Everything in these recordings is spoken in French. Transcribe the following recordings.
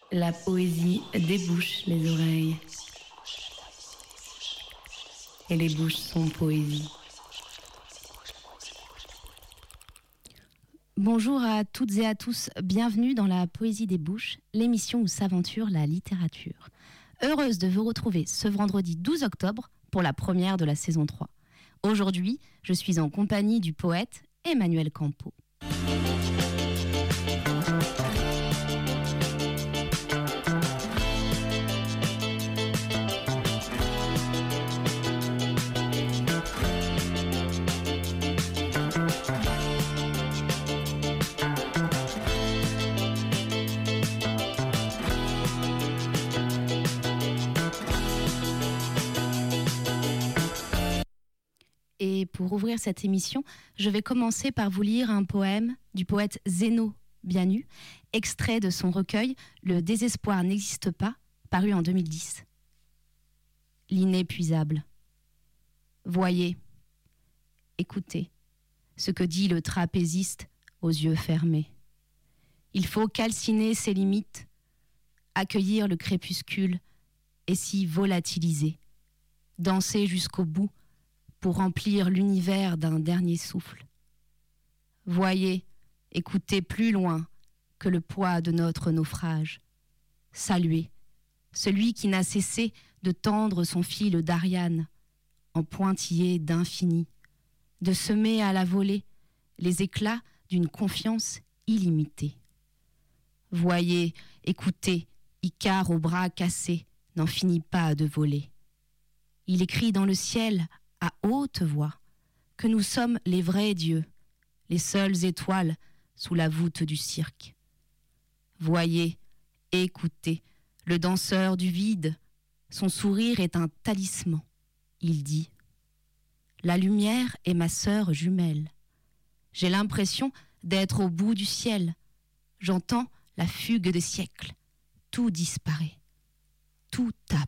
La poésie débouche les oreilles. Et les bouches sont poésie. Bonjour à toutes et à tous, bienvenue dans la Poésie des Bouches, l'émission où s'aventure la littérature. Heureuse de vous retrouver ce vendredi 12 octobre pour la première de la saison 3. Aujourd'hui, je suis en compagnie du poète Emmanuel Campo. Et pour ouvrir cette émission, je vais commencer par vous lire un poème du poète Zeno Bianu, extrait de son recueil « Le désespoir n'existe pas », paru en 2010. L'inépuisable. Voyez, écoutez ce que dit le trapéziste aux yeux fermés. Il faut calciner ses limites, accueillir le crépuscule et s'y volatiliser, danser jusqu'au bout, pour remplir l'univers d'un dernier souffle. Voyez, écoutez plus loin que le poids de notre naufrage. Saluez celui qui n'a cessé de tendre son fil d'Ariane en pointillé d'infini, de semer à la volée les éclats d'une confiance illimitée. Voyez, écoutez, Icare aux bras cassés n'en finit pas de voler. Il écrit dans le ciel à haute voix que nous sommes les vrais dieux, les seules étoiles sous la voûte du cirque. Voyez, écoutez, le danseur du vide, son sourire est un talisman. Il dit « La lumière est ma sœur jumelle. J'ai l'impression d'être au bout du ciel. J'entends la fugue des siècles. Tout disparaît. Tout apparaît. »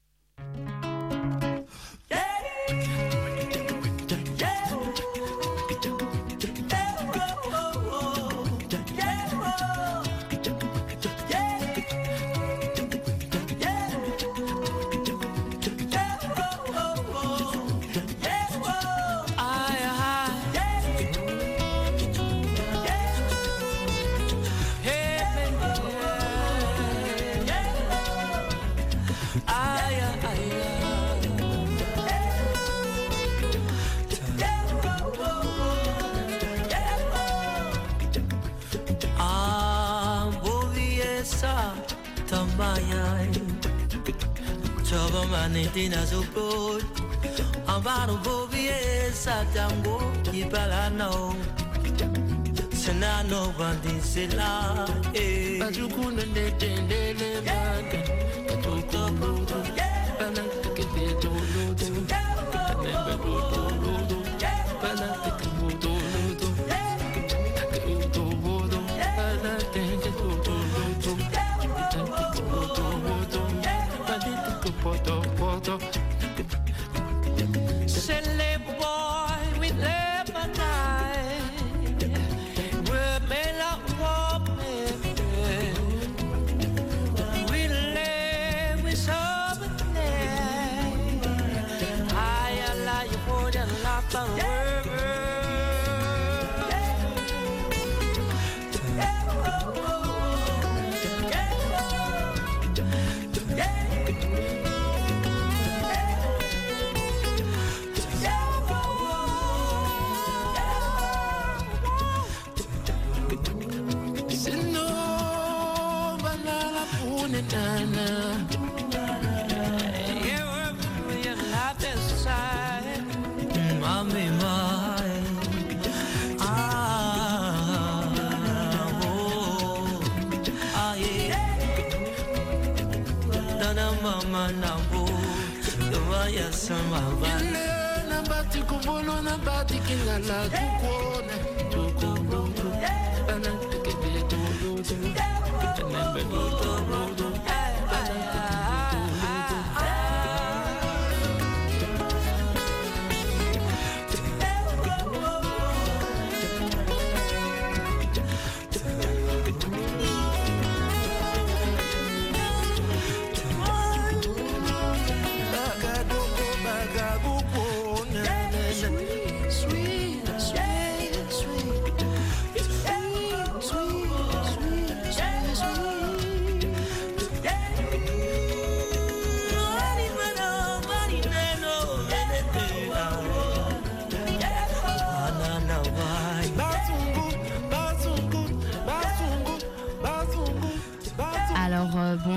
Tina Zopol, Amaro Bovie, Satango, Ipalano, Senano Vandisela, Bajukuno de Tendele, Patuko, Panakito,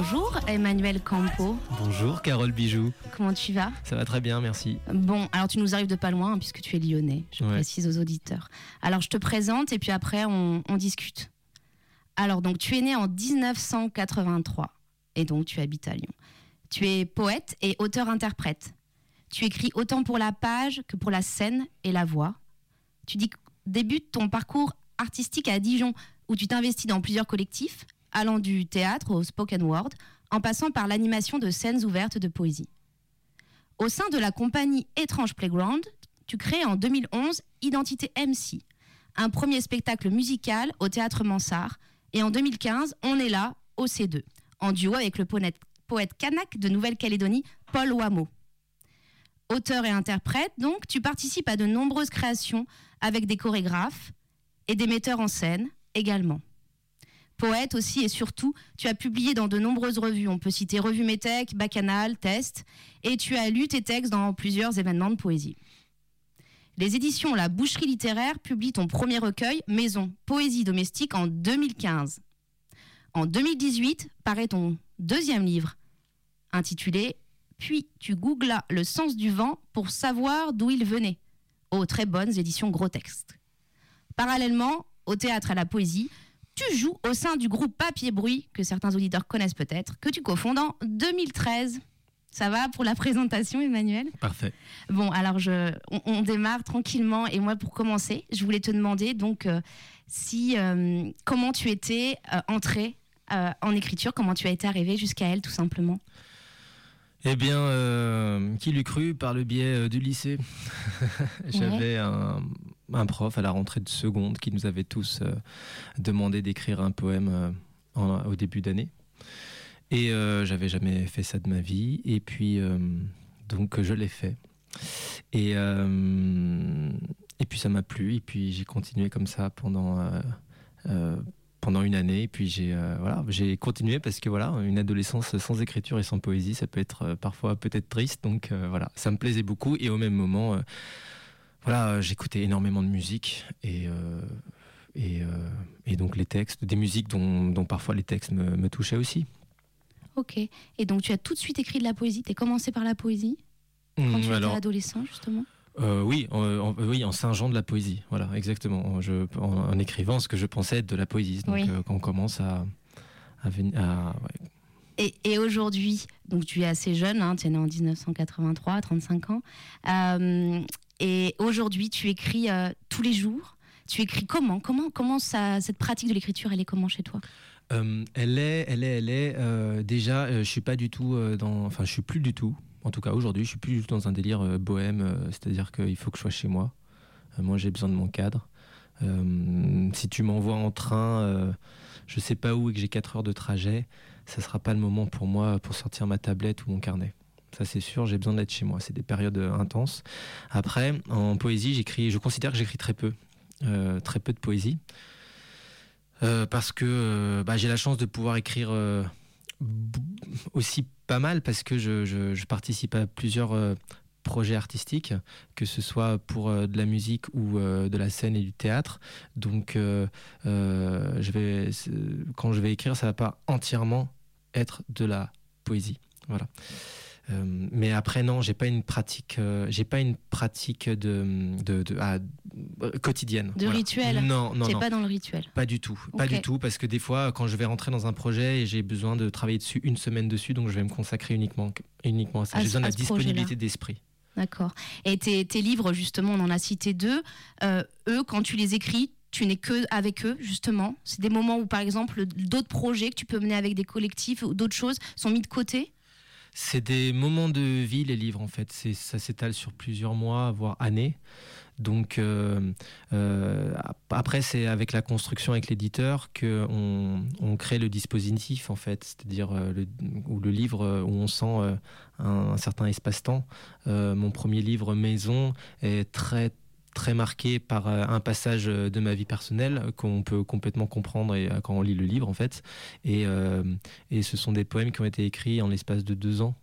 Bonjour Emmanuel Campo. Bonjour Carole Bijou. Comment tu vas ? Ça va très bien, merci. Bon, alors tu nous arrives de pas loin hein, puisque tu es lyonnais, je précise aux auditeurs. Alors je te présente et puis après on discute. Alors donc tu es né en 1983 et donc tu habites à Lyon. Tu es poète et auteur-interprète. Tu écris autant pour la page que pour la scène et la voix. Tu débutes ton parcours artistique à Dijon où tu t'investis dans plusieurs collectifs, allant du théâtre au spoken word, en passant par l'animation de scènes ouvertes de poésie. Au sein de la compagnie Étrange Playground, tu crées en 2011 Identité MC, un premier spectacle musical au Théâtre Mansart, et en 2015, On est là, au C2, en duo avec le poète kanak de Nouvelle-Calédonie, Paul Wameau. Auteur et interprète, donc, tu participes à de nombreuses créations avec des chorégraphes et des metteurs en scène également. Poète aussi et surtout, tu as publié dans de nombreuses revues. On peut citer Revue Métèque, Bacchanal, Test, et tu as lu tes textes dans plusieurs événements de poésie. Les éditions La Boucherie littéraire publient ton premier recueil, Maison, poésie domestique, en 2015. En 2018, paraît ton deuxième livre, intitulé « Puis tu googlas le sens du vent pour savoir d'où il venait », aux très bonnes éditions Gros Texte. Parallèlement, au théâtre à la poésie, tu joues au sein du groupe Papier Bruit, que certains auditeurs connaissent peut-être, que tu cofondes en 2013. Ça va pour la présentation, Emmanuel ? Parfait. Bon, alors on démarre tranquillement. Et moi, pour commencer, je voulais te demander donc comment tu étais entré en écriture, comment tu as été arrivé jusqu'à elle, tout simplement. Eh bien, qui l'eût cru par le biais du lycée. J'avais un prof à la rentrée de seconde qui nous avait tous demandé d'écrire un poème au début d'année. Et j'avais jamais fait ça de ma vie. Et puis, donc, je l'ai fait. Et puis, ça m'a plu. Et puis, j'ai continué comme ça pendant une année. Et puis, j'ai continué parce que, voilà, une adolescence sans écriture et sans poésie, ça peut être parfois peut-être triste. Donc, voilà, ça me plaisait beaucoup. Et au même moment, j'écoutais énormément de musique. Et donc, les textes, des musiques dont parfois les textes me touchaient aussi. Ok. Et donc, tu as tout de suite écrit de la poésie. Tu as commencé par la poésie quand tu étais adolescent, justement. Oui, en singeant de la poésie. Voilà, exactement. En écrivant ce que je pensais être de la poésie. Donc, quand on commence à venir... Et aujourd'hui, donc tu es assez jeune, hein, tu es né en 1983, 35 ans. Et aujourd'hui, tu écris tous les jours. Tu écris comment cette pratique de l'écriture, elle est comment chez toi ? Elle est déjà, je suis pas du tout je suis plus du tout. En tout cas, aujourd'hui, je suis plus du tout dans un délire bohème. C'est-à-dire qu'il faut que je sois chez moi. Moi, j'ai besoin de mon cadre. Si tu m'envoies en train, je sais pas où et que j'ai 4 heures de trajet, ça sera pas le moment pour moi pour sortir ma tablette ou mon carnet. Ça, c'est sûr, j'ai besoin d'être chez moi. C'est des périodes intenses. Après, en poésie, je considère que j'écris très peu de poésie. Parce que j'ai la chance de pouvoir écrire aussi pas mal parce que je participe à plusieurs projets artistiques, que ce soit pour de la musique ou de la scène et du théâtre. Donc quand je vais écrire, ça va pas entièrement être de la poésie. Voilà. Mais après non, j'ai pas une pratique quotidienne. De rituel. Non. T'es pas dans le rituel. Pas du tout, pas du tout, parce que des fois, quand je vais rentrer dans un projet, j'ai besoin de travailler dessus une semaine dessus, donc je vais me consacrer uniquement à ça. J'ai besoin de la disponibilité d'esprit. D'accord. Et tes livres, justement, on en a cité 2. Eux, quand tu les écris, tu n'es que avec eux, justement. C'est des moments où, par exemple, d'autres projets que tu peux mener avec des collectifs ou d'autres choses sont mis de côté. C'est des moments de vie, les livres, en fait. Ça s'étale sur plusieurs mois, voire années. Donc, après, c'est avec la construction avec l'éditeur qu'on crée le dispositif, en fait. C'est-à-dire le livre où on sent un certain espace-temps. Mon premier livre, Maison, est très très marqué par un passage de ma vie personnelle qu'on peut complètement comprendre quand on lit le livre, en fait. Et ce sont des poèmes qui ont été écrits en l'espace de 2 ans,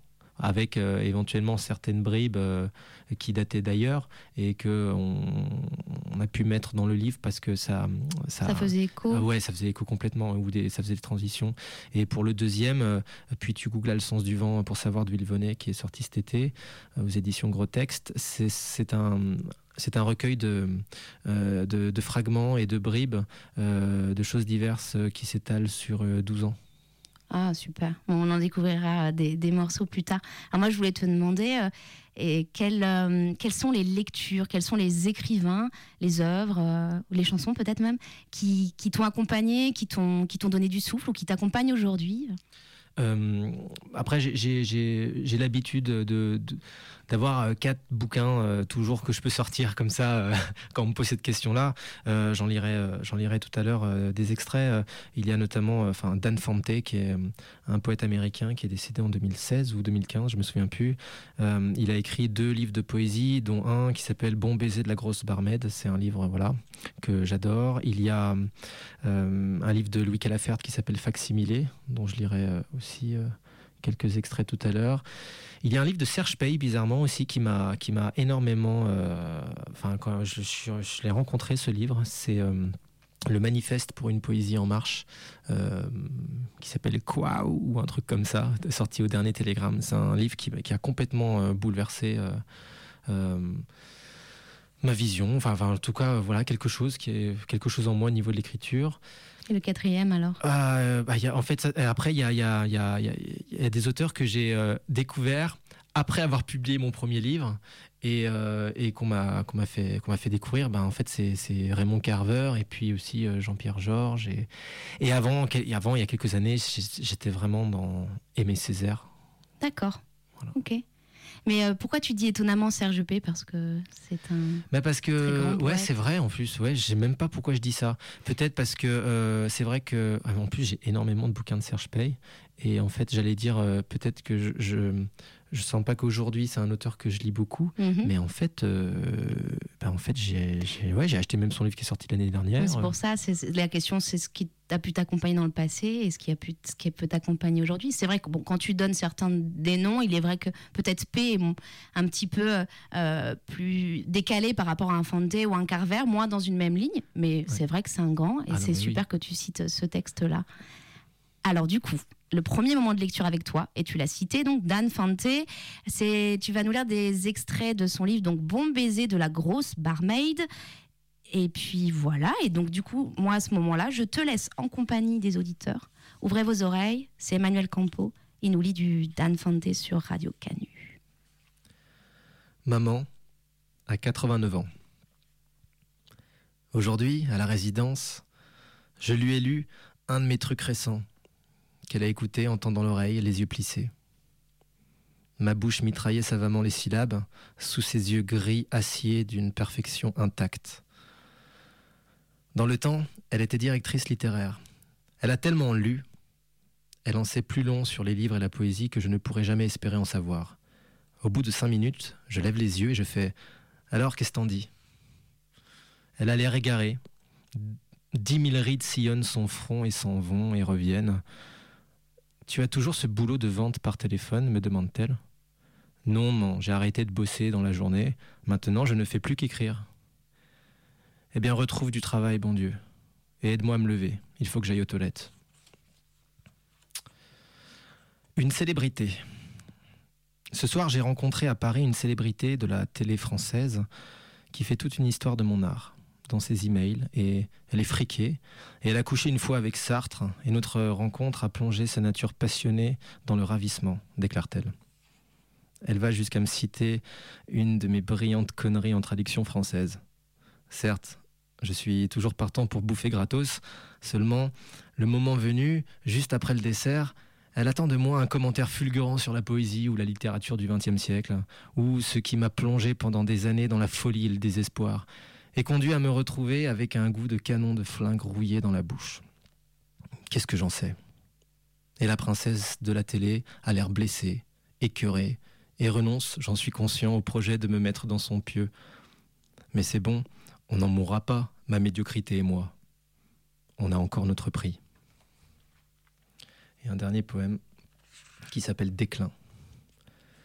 avec éventuellement certaines bribes qui dataient d'ailleurs et qu'on a pu mettre dans le livre parce que ça faisait écho. Ouais, ça faisait écho complètement, ça faisait des transitions. Et pour le deuxième, puis tu googlas Le sens du vent pour savoir d'où il venait, qui est sorti cet été aux éditions Gros Texte. C'est un recueil de fragments et de bribes de choses diverses qui s'étalent sur 12 ans. Ah, super. Bon, on en découvrira des morceaux plus tard. Alors moi, je voulais te demander quelles sont les lectures, quels sont les écrivains, les œuvres, les chansons peut-être même, qui t'ont accompagné, qui t'ont donné du souffle ou qui t'accompagnent aujourd'hui. Après, j'ai l'habitude d'avoir 4 bouquins toujours que je peux sortir comme ça quand on me pose cette question-là. J'en lirai tout à l'heure des extraits. Il y a notamment Dan Fante, qui est un poète américain qui est décédé en 2016 ou 2015, je me souviens plus. Il a écrit 2 livres de poésie, dont un qui s'appelle Bon baiser de la grosse barmaid. C'est un livre que j'adore. Il y a un livre de Louis Calafert qui s'appelle Facsimilé, dont je lirai aussi quelques extraits tout à l'heure. Il y a un livre de Serge Pey, bizarrement aussi, qui m'a énormément... quand je l'ai rencontré, ce livre, c'est le manifeste pour une poésie en marche, qui s'appelle Quoi ou un truc comme ça, sorti au dernier Télégramme. C'est un livre qui a complètement bouleversé ma vision. En tout cas, voilà, quelque chose en moi au niveau de l'écriture. Et le 4e alors Après, il y a des auteurs que j'ai découverts après avoir publié mon premier livre et qu'on m'a fait découvrir. En fait, c'est Raymond Carver et puis aussi Jean-Pierre Georges. Et avant, il y a quelques années, j'étais vraiment dans Aimé Césaire. D'accord. Voilà. Ok. Mais pourquoi tu dis étonnamment Serge Pey? Parce que c'est un... parce que c'est vrai en plus. Ouais, je sais même pas pourquoi je dis ça. Peut-être parce que c'est vrai que en plus j'ai énormément de bouquins de Serge Pey et en fait j'allais dire peut-être que je sens pas qu'aujourd'hui c'est un auteur que je lis beaucoup, mais en fait j'ai acheté même son livre qui est sorti l'année dernière. C'est pour ça, la question c'est ce qui a pu t'accompagner dans le passé et ce qui peut t'accompagner aujourd'hui. C'est vrai que quand tu donnes certains des noms, il est vrai que peut-être P est un petit peu plus décalé par rapport à un Fante ou un Carver, moins dans une même ligne, mais c'est vrai que c'est un grand et c'est super que tu cites ce texte-là. Alors du coup, le premier moment de lecture avec toi, et tu l'as cité, donc Dan Fante, tu vas nous lire des extraits de son livre, donc Bon baiser de la grosse barmaid. Et puis voilà, et donc du coup, moi à ce moment-là, je te laisse en compagnie des auditeurs. Ouvrez vos oreilles, c'est Emmanuel Campo, il nous lit du Dan Fante sur Radio Canu. Maman a 89 ans. Aujourd'hui, à la résidence, je lui ai lu un de mes trucs récents, qu'elle a écouté en tendant l'oreille, les yeux plissés. Ma bouche mitraillait savamment les syllabes, sous ses yeux gris acier d'une perfection intacte. Dans le temps, elle était directrice littéraire. Elle a tellement lu, elle en sait plus long sur les livres et la poésie que je ne pourrais jamais espérer en savoir. Au bout de 5 minutes, je lève les yeux et je fais « Alors, qu'est-ce t'en dis ?» Elle a l'air égarée. 10 000 rides sillonnent son front et s'en vont et reviennent. « Tu as toujours ce boulot de vente par téléphone ?» me demande-t-elle. « Non, j'ai arrêté de bosser dans la journée. Maintenant, je ne fais plus qu'écrire. » Eh bien, retrouve du travail, bon Dieu. Et aide-moi à me lever. Il faut que j'aille aux toilettes. Une célébrité. Ce soir, j'ai rencontré à Paris une célébrité de la télé française qui fait toute une histoire de mon art dans ses emails. Et elle est friquée. Et elle a couché une fois avec Sartre. Et notre rencontre a plongé sa nature passionnée dans le ravissement, déclare-t-elle. Elle va jusqu'à me citer une de mes brillantes conneries en traduction française. Certes, je suis toujours partant pour bouffer gratos. Seulement, le moment venu, juste après le dessert, elle attend de moi un commentaire fulgurant sur la poésie ou la littérature du XXe siècle, ou ce qui m'a plongé pendant des années dans la folie et le désespoir, et conduit à me retrouver avec un goût de canon de flingue rouillé dans la bouche. Qu'est-ce que j'en sais ? Et la princesse de la télé a l'air blessée, écœurée, et renonce, j'en suis conscient, au projet de me mettre dans son pieu. Mais c'est bon, on n'en mourra pas, ma médiocrité et moi. On a encore notre prix. Et un dernier poème qui s'appelle Déclin.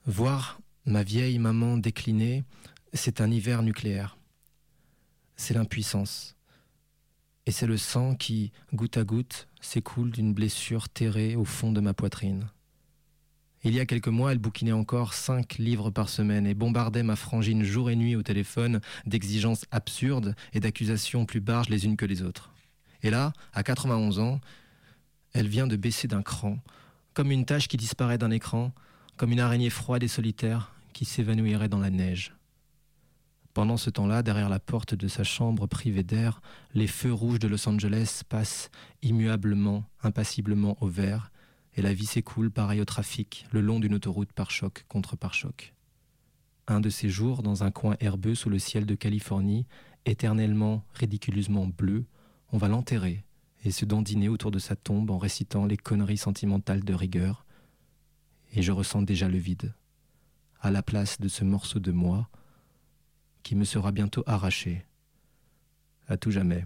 Voir ma vieille maman décliner, c'est un hiver nucléaire. C'est l'impuissance. Et c'est le sang qui, goutte à goutte, s'écoule d'une blessure terrée au fond de ma poitrine. Il y a quelques mois, elle bouquinait encore 5 livres par semaine et bombardait ma frangine jour et nuit au téléphone d'exigences absurdes et d'accusations plus barges les unes que les autres. Et là, à 91 ans, elle vient de baisser d'un cran, comme une tache qui disparaît d'un écran, comme une araignée froide et solitaire qui s'évanouirait dans la neige. Pendant ce temps-là, derrière la porte de sa chambre privée d'air, les feux rouges de Los Angeles passent immuablement, impassiblement au vert, et la vie s'écoule pareil au trafic, le long d'une autoroute pare-choc contre pare-choc. Un de ces jours, dans un coin herbeux sous le ciel de Californie, éternellement, ridiculeusement bleu, on va l'enterrer et se dandiner autour de sa tombe en récitant les conneries sentimentales de rigueur. Et je ressens déjà le vide, à la place de ce morceau de moi qui me sera bientôt arraché. À tout jamais.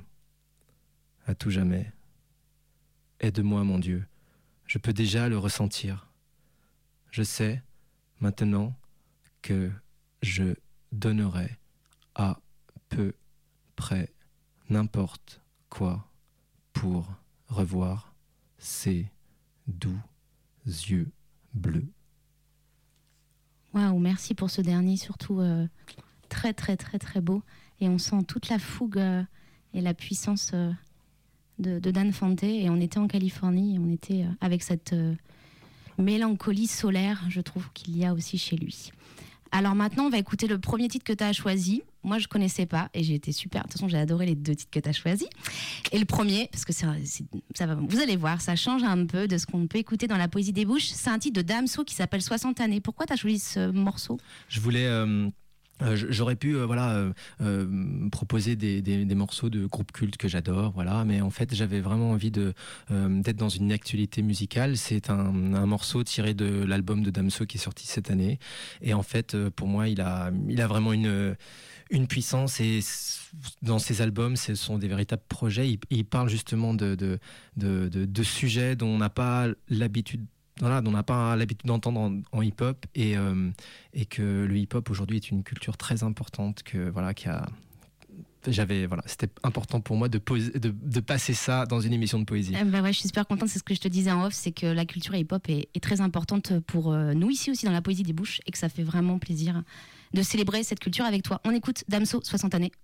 À tout jamais. Aide-moi, mon Dieu. Je peux déjà le ressentir. Je sais, maintenant, que je donnerai à peu près n'importe quoi pour revoir ces doux yeux bleus. Waouh, merci pour ce dernier, surtout très très très très beau. Et on sent toute la fougue et la puissance de Dan Fante. Et on était en Californie et on était avec cette mélancolie solaire, je trouve qu'il y a aussi chez lui. Alors maintenant, on va écouter le premier titre que tu as choisi. Moi, je connaissais pas et j'ai été super. De toute façon, j'ai adoré les 2 titres que tu as choisis. Et le premier, parce que ça va, vous allez voir, ça change un peu de ce qu'on peut écouter dans la poésie des bouches. C'est un titre de Damso qui s'appelle 60 années. Pourquoi tu as choisi ce morceau ? Je voulais... j'aurais pu proposer des morceaux de groupes cultes que j'adore, voilà, mais en fait j'avais vraiment envie d'être dans une actualité musicale. C'est un morceau tiré de l'album de Damso qui est sorti cette année, et en fait pour moi il a vraiment une puissance, et dans ses albums ce sont des véritables projets. Il parle justement de sujets dont on n'a pas l'habitude. Voilà, on n'a pas l'habitude d'entendre en hip-hop, et que le hip-hop aujourd'hui est une culture très importante, c'était important pour moi de passer ça dans une émission de poésie. Ouais, je suis super contente, c'est ce que je te disais en off, c'est que la culture hip-hop est très importante pour nous ici aussi dans la poésie des bouches, et que ça fait vraiment plaisir de célébrer cette culture avec toi. On écoute Damso, 60 années.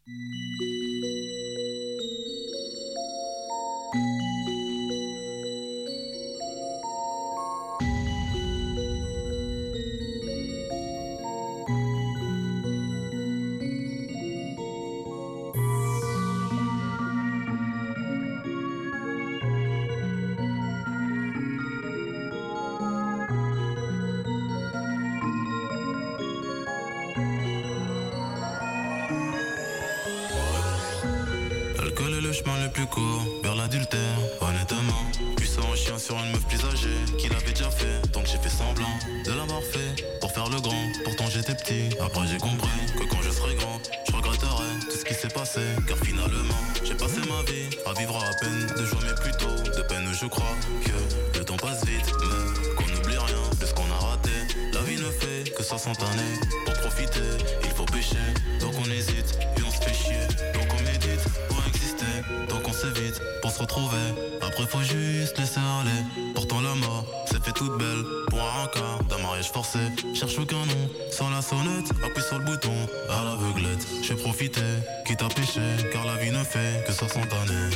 Le plus court vers l'adultère, honnêtement. Puissant chien sur une meuf plus âgée qui l'avait déjà fait, donc j'ai fait semblant de l'avoir fait pour faire le grand. Pourtant j'étais petit, après j'ai compris que quand je serai grand, je regretterai tout ce qui s'est passé, car finalement j'ai passé ma vie à vivre à peine de joie, mais plutôt de peine. Je crois que le temps passe vite, mais qu'on n'oublie rien de ce qu'on a raté. La vie ne fait que 60 années. Pour profiter, il faut pécher, donc on hésite et on se fait chier, donc on médite pour exister, donc on s'évite pour se retrouver. Après faut juste laisser aller. Pourtant la mort s'est fait toute belle pour un rencard d'un mariage forcé. Cherche aucun nom sur la sonnette, appuie sur le bouton à l'aveuglette. J'ai profité, quitte à pécher, car la vie ne fait que 60 années.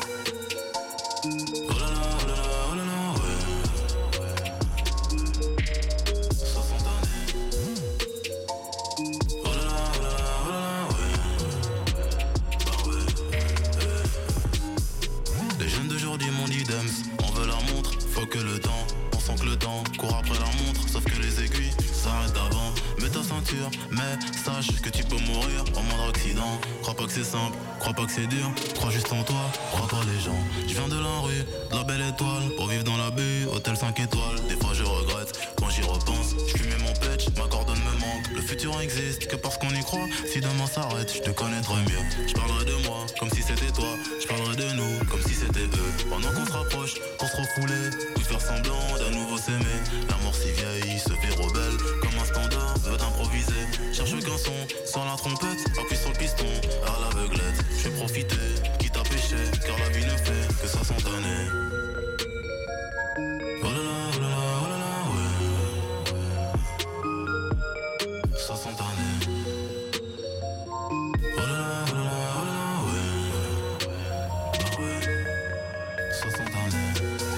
Oh là là, oh là là, oh là là, ouais. 60 années. Oh là là, oh là là, oh là là, ouais. Bah ouais. Les jeunes d'aujourd'hui m'ont dit Dems, on veut leur montre, faut que le temps, on sent que le temps court après leur montre, sauf que les aiguilles s'arrêtent avant. Mets ta ceinture, mais sache que tu peux mourir au moindre accident. Crois pas que c'est simple, crois pas que c'est dur, crois juste en toi, crois pas les gens. Je viens de la rue, de la belle étoile, pour vivre dans la baie, hôtel 5 étoiles. Des fois je regrette, quand j'y repense, je fumais mon patch, ma cordonne me manque. Le futur existe que parce qu'on y croit, si demain s'arrête, je te connaîtrai mieux. Je parlerai de moi, comme si c'était toi, je parlerai de nous, comme si c'était eux. Pendant qu'on se rapproche, pour se refouler, ou faire semblant d'un nouveau s'aimer. La mort si vieille se fait rebelle. lâcher, car la vie ne fait que 60 années. Oh là là, oh là là, oh là là, ouais. 60 années. Oh là là, oh là là, oh là là, ouais. Ah ouais. 60 années.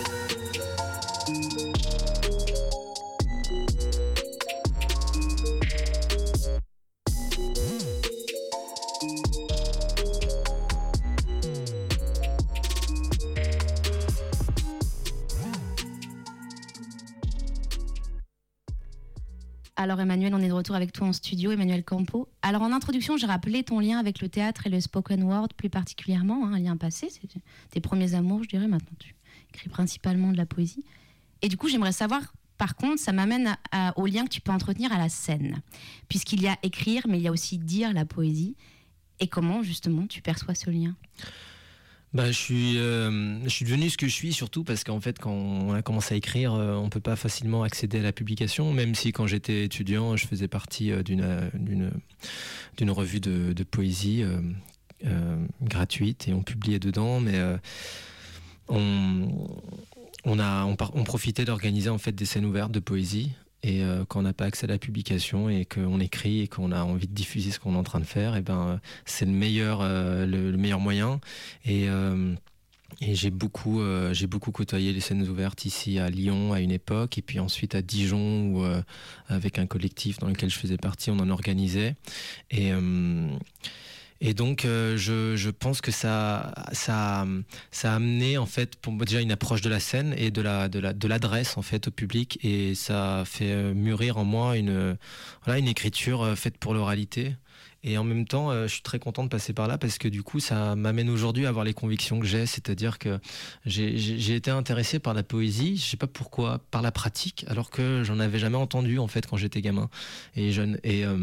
Alors Emmanuel, on est de retour avec toi en studio, Emmanuel Campo. Alors en introduction, j'ai rappelé ton lien avec le théâtre et le spoken word plus particulièrement, un lien passé, c'est tes premiers amours, je dirais. Maintenant, tu écris principalement de la poésie. Et du coup, j'aimerais savoir, par contre, ça m'amène au lien que tu peux entretenir à la scène. Puisqu'il y a écrire, mais il y a aussi dire la poésie. Et comment, justement, tu perçois ce lien ? Je suis devenu ce que je suis, surtout parce qu'en fait, quand on a commencé à écrire, on ne peut pas facilement accéder à la publication, même si quand j'étais étudiant, je faisais partie d'une revue de poésie gratuite et on publiait dedans, mais on profitait d'organiser en fait des scènes ouvertes de poésie. Et quand on n'a pas accès à la publication et qu'on écrit et qu'on a envie de diffuser ce qu'on est en train de faire, et ben c'est le meilleur moyen. Et j'ai beaucoup côtoyé les scènes ouvertes ici à Lyon à une époque, et puis ensuite à Dijon où avec un collectif dans lequel je faisais partie, on en organisait. Et donc, je pense que ça a amené en fait pour moi déjà une approche de la scène et de l'adresse en fait au public, et ça a fait mûrir en moi une écriture faite pour l'oralité. Et en même temps, je suis très content de passer par là parce que du coup, ça m'amène aujourd'hui à avoir les convictions que j'ai. C'est-à-dire que j'ai été intéressé par la poésie, je sais pas pourquoi, par la pratique, alors que j'en avais jamais entendu en fait quand j'étais gamin et jeune.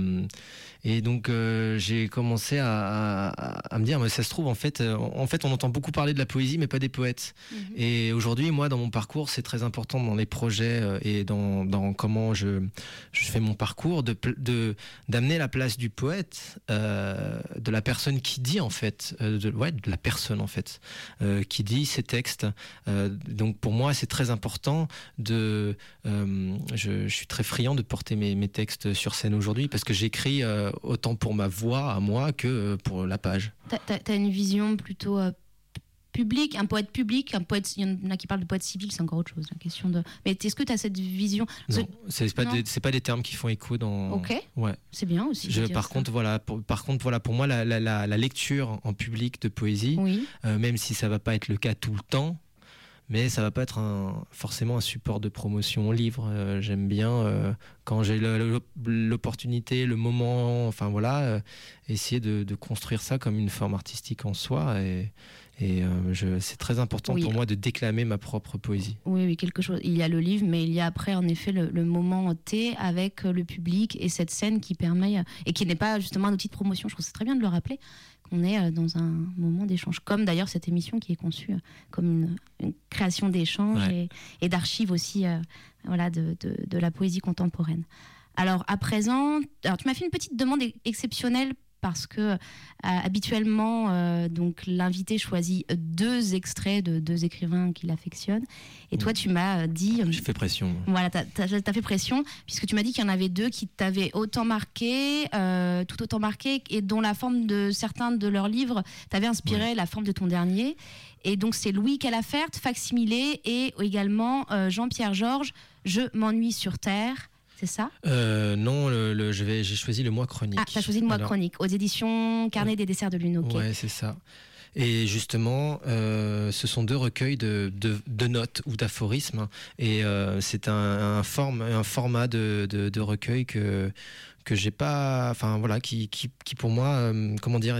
Et donc j'ai commencé à me dire, mais ça se trouve en fait on entend beaucoup parler de la poésie, mais pas des poètes. Et aujourd'hui, moi, dans mon parcours, c'est très important dans les projets et dans comment je fais mon parcours, d'amener la place du poète. De la personne qui dit en fait, de la personne en fait, qui dit ses textes. Donc pour moi c'est très important je suis très friand de porter mes textes sur scène aujourd'hui parce que j'écris autant pour ma voix à moi que pour la page. T'as une vision plutôt public, un poète public, un poète, il y en a qui parlent de poète civil, c'est encore autre chose, la question de. Mais est-ce que tu as cette vision? Non, c'est pas des termes qui font écho dans. Ok. Ouais. C'est bien aussi. Par contre, pour moi, la lecture en public de poésie, oui. Même si ça va pas être le cas tout le temps, mais ça va pas être forcément un support de promotion au livre. J'aime bien quand j'ai l'opportunité, le moment, enfin voilà, essayer de construire ça comme une forme artistique en soi et c'est très important pour moi de déclamer ma propre poésie. Oui, quelque chose. Il y a le livre, mais il y a après, en effet, le moment T avec le public et cette scène qui permet, et qui n'est pas justement un outil de promotion. Je trouve que c'est très bien de le rappeler, qu'on est dans un moment d'échange. Comme d'ailleurs cette émission qui est conçue comme une création d'échange et d'archives aussi de la poésie contemporaine. Alors, à présent, tu m'as fait une petite demande exceptionnelle parce que habituellement, donc l'invité choisit 2 extraits de 2 écrivains qu'il affectionne. Et toi, tu m'as dit... J'ai fait pression. Voilà, t'as fait pression, puisque tu m'as dit qu'il y en avait 2 qui t'avaient autant marqué, tout autant marqué, et dont la forme de certains de leurs livres t'avait inspiré la forme de ton dernier. Et donc, c'est Louis Calafert, Facsimilé, et également Jean-Pierre Georges, Je m'ennuie sur Terre. C'est ça ? Non, j'ai choisi le Mois Chronique. Ah, t'as choisi le Mois Chronique, aux éditions Carnet des desserts de Lune. Okay. Ouais, c'est ça. Et justement, ce sont 2 recueils de notes ou d'aphorismes. Et c'est un format de recueil que j'ai pas... Enfin, voilà, qui pour moi, comment dire...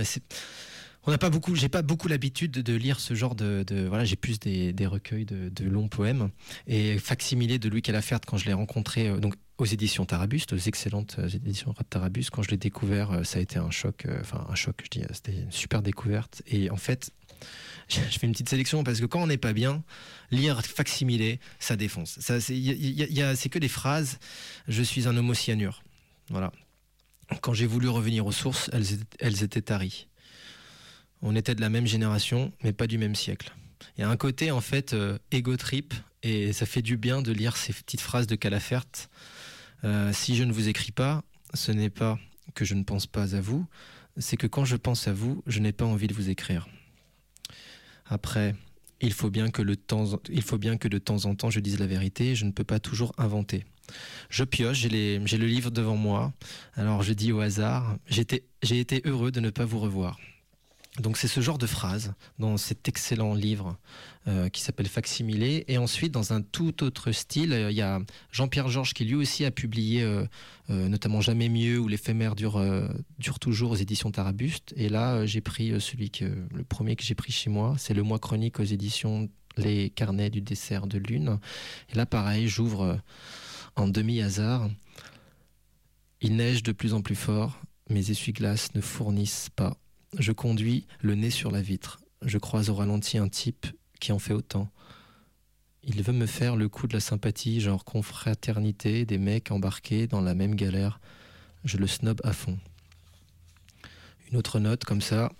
J'ai pas beaucoup l'habitude de lire ce genre voilà, j'ai plus des recueils de longs poèmes. Et Facsimilé de Louis Calafert, quand je l'ai rencontré donc aux éditions Tarabuste, aux excellentes éditions Tarabuste, quand je l'ai découvert, ça a été un choc, c'était une super découverte. Et en fait, je fais une petite sélection parce que quand on n'est pas bien, lire Facsimilé, ça défonce. C'est que des phrases. Je suis un homo cyanure. Voilà. Quand j'ai voulu revenir aux sources, elles étaient taries. On était de la même génération, mais pas du même siècle. Il y a un côté, en fait, ego trip, et ça fait du bien de lire ces petites phrases de Calafert. Si je ne vous écris pas, ce n'est pas que je ne pense pas à vous, c'est que quand je pense à vous, je n'ai pas envie de vous écrire. Après, il faut bien que de temps en temps je dise la vérité, je ne peux pas toujours inventer. Je pioche, j'ai le livre devant moi, alors je dis au hasard, j'ai été heureux de ne pas vous revoir. Donc c'est ce genre de phrase dans cet excellent livre qui s'appelle Facsimilé. Et ensuite, dans un tout autre style, il y a Jean-Pierre Georges qui lui aussi a publié notamment Jamais mieux ou L'éphémère dure toujours aux éditions Tarabuste. Et là, j'ai pris le premier que j'ai pris chez moi, c'est Le Mois chronique aux éditions Les Carnets du dessert de lune. Et là, pareil, j'ouvre en demi-hasard. Il neige de plus en plus fort, mes essuie-glaces ne fournissent pas. Je conduis le nez sur la vitre. Je croise au ralenti un type qui en fait autant. Il veut me faire le coup de la sympathie, genre confraternité, des mecs embarqués dans la même galère. Je le snob à fond. Une autre note comme ça.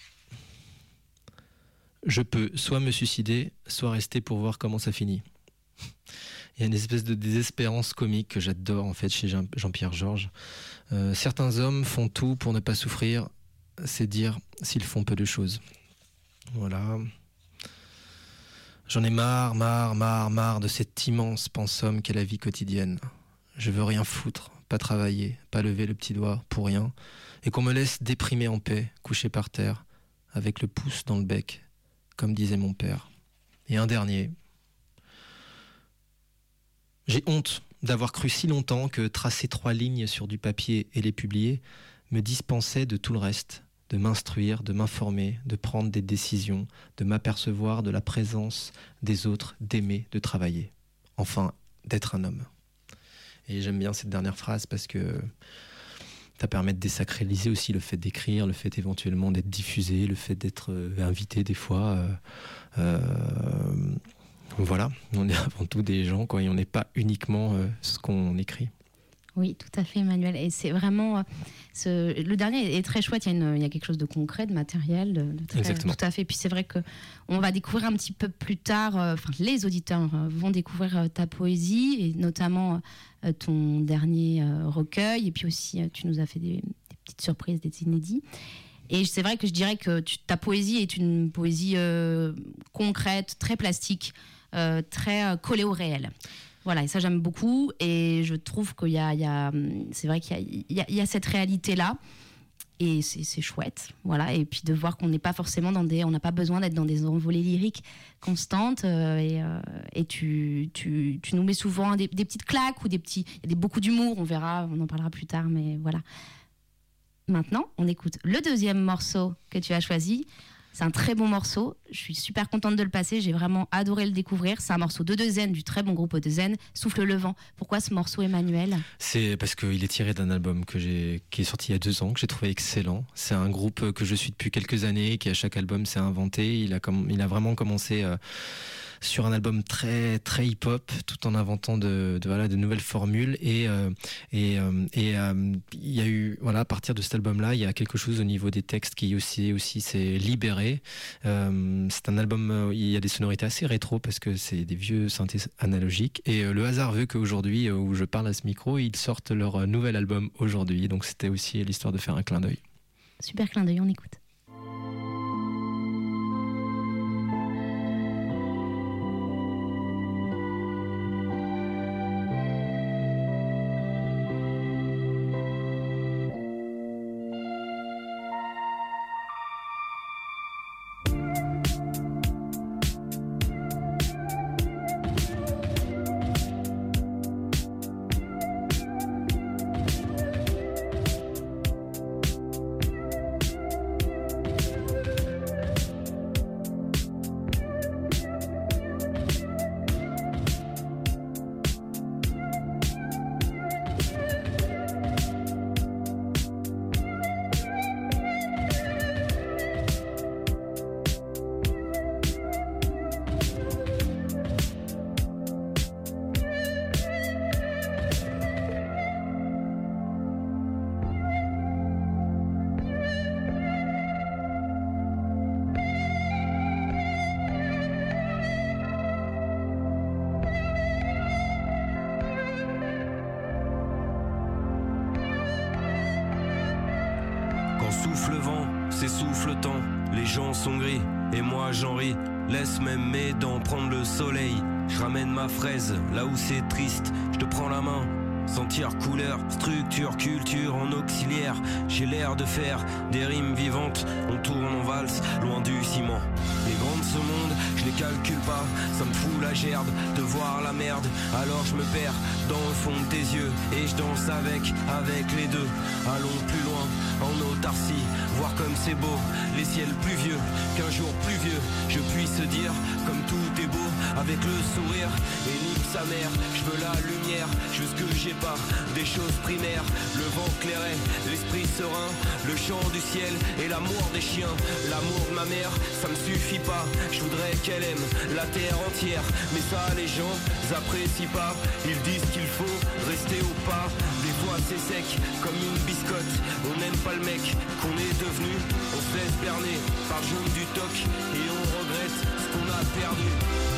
Je peux soit me suicider, soit rester pour voir comment ça finit. Il y a une espèce de désespérance comique que j'adore en fait chez Jean-Pierre Georges. Certains hommes font tout pour ne pas souffrir. C'est dire s'ils font peu de choses. Voilà. J'en ai marre de cet immense pensum qu'est la vie quotidienne. Je veux rien foutre, pas travailler, pas lever le petit doigt pour rien, et qu'on me laisse déprimer en paix, couché par terre, avec le pouce dans le bec, comme disait mon père. Et un dernier. J'ai honte d'avoir cru si longtemps que tracer 3 lignes sur du papier et les publier me dispensait de tout le reste, de m'instruire, de m'informer, de prendre des décisions, de m'apercevoir de la présence des autres, d'aimer, de travailler. Enfin, d'être un homme. Et j'aime bien cette dernière phrase parce que ça permet de désacraliser aussi le fait d'écrire, le fait éventuellement d'être diffusé, le fait d'être invité des fois. Voilà, on est avant tout des gens, quoi, et on n'est pas uniquement ce qu'on écrit. Oui, tout à fait, Emmanuel. Et c'est vraiment... le dernier est très chouette. Il y a quelque chose de concret, de matériel. De très, exactement. Tout à fait. Puis c'est vrai qu'on va découvrir un petit peu plus tard... les auditeurs vont découvrir ta poésie, et notamment ton dernier recueil. Et puis aussi, tu nous as fait des petites surprises, des inédits. Et c'est vrai que je dirais que ta poésie est une poésie concrète, très plastique, très collée au réel. Voilà, et ça j'aime beaucoup, et je trouve qu'il y a c'est vrai qu'il y a cette réalité-là, et c'est chouette, voilà, et puis de voir qu'on n'est pas forcément on n'a pas besoin d'être dans des envolées lyriques constantes, et tu nous mets souvent des petites claques, ou il y a beaucoup d'humour, on verra, on en parlera plus tard, mais voilà. Maintenant, on écoute le deuxième morceau que tu as choisi. C'est un très bon morceau, je suis super contente de le passer, j'ai vraiment adoré le découvrir. C'est un morceau de Dezen, du très bon groupe Dezen, Souffle le vent. Pourquoi ce morceau, Emmanuel ? C'est parce qu'il est tiré d'un album qui est sorti il y a 2 ans, que j'ai trouvé excellent. C'est un groupe que je suis depuis quelques années, qui à chaque album s'est inventé. Il a vraiment commencé sur un album très très hip-hop, tout en inventant de nouvelles formules, et il y a eu, voilà, à partir de cet album-là, il y a quelque chose au niveau des textes qui aussi s'est libéré. C'est un album, il y a des sonorités assez rétro parce que c'est des vieux synthés analogiques, et le hasard veut qu'aujourd'hui, où je parle à ce micro, ils sortent leur nouvel album aujourd'hui, donc c'était aussi l'histoire de faire un clin d'œil. Super clin d'œil, on écoute. Souffle le vent, s'essouffle le temps, les gens sont gris, et moi j'en ris. Laisse même mes dents prendre le soleil. Je ramène ma fraise là où c'est triste. Je te prends la main, sentir couleur, structure, culture en auxiliaire. J'ai l'air de faire des rimes vivantes. On tourne en valse, loin du ciment. Les grands de ce monde, je les calcule pas. Ça me fout la gerbe de voir la merde. Alors je me perds dans le fond de tes yeux et je danse avec les deux. Allons plus loin, en autarcie, voir comme c'est beau. Les ciels pluvieux, qu'un jour pluvieux je puisse dire comme tout est beau avec le sourire. Et nique sa mère, je veux la lumière, je veux ce que j'ai pas, des choses primaires. Le vent clairet, l'esprit serein, le chant du ciel et l'amour des chiens. L'amour de ma mère, ça me suffit pas. Je voudrais qu'elle aime la terre entière, mais ça les gens apprécient pas. Ils disent qu'il faut rester au pas. Des fois c'est sec comme une biscotte. On n'aime pas le mec qu'on est devenu. On se laisse berner par le jaune du toc et on regrette ce qu'on a perdu.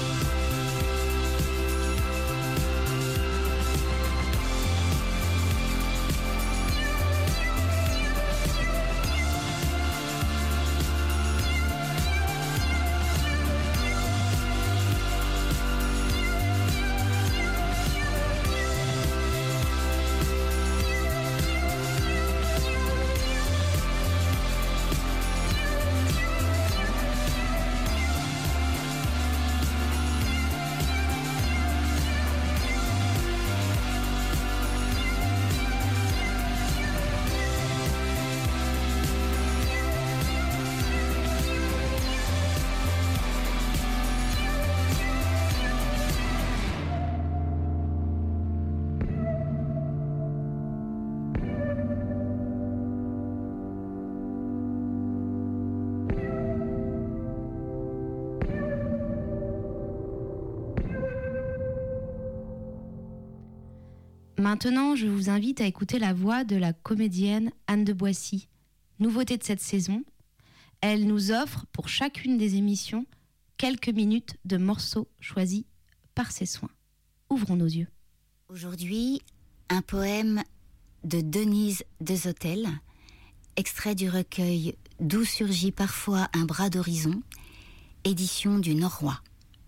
Maintenant, je vous invite à écouter la voix de la comédienne Anne de Boissy. Nouveauté de cette saison, elle nous offre pour chacune des émissions quelques minutes de morceaux choisis par ses soins. Ouvrons nos yeux. Aujourd'hui, un poème de Denise Desautels, extrait du recueil D'où surgit parfois un bras d'horizon, édition du Norrois.